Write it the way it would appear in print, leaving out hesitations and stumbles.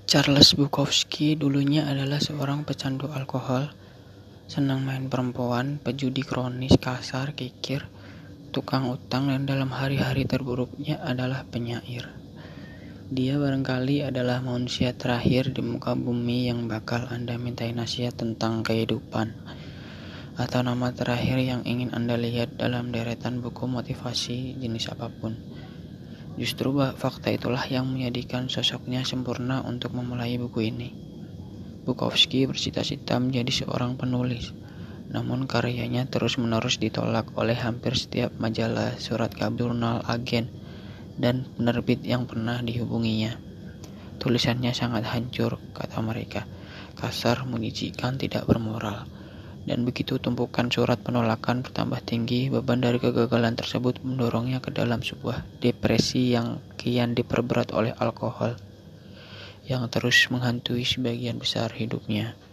Charles Bukowski dulunya adalah seorang pecandu alkohol, senang main perempuan, pejudi kronis, kasar, kikir, tukang utang, dan dalam hari-hari terburuknya adalah penyair. Dia barangkali adalah manusia terakhir di muka bumi yang bakal Anda mintai nasihat tentang kehidupan, atau nama terakhir yang ingin Anda lihat dalam deretan buku motivasi jenis apapun. Justru fakta itulah yang menjadikan sosoknya sempurna untuk memulai buku ini. Bukowski bercita-cita menjadi seorang penulis, namun karyanya terus-menerus ditolak oleh hampir setiap majalah, surat kabar, jurnal, agen, dan penerbit yang pernah dihubunginya. Tulisannya sangat hancur, kata mereka, kasar, menjijikkan, tidak bermoral. Dan begitu tumpukan surat penolakan bertambah tinggi, beban dari kegagalan tersebut mendorongnya ke dalam sebuah depresi yang kian diperberat oleh alkohol, yang terus menghantui sebagian besar hidupnya.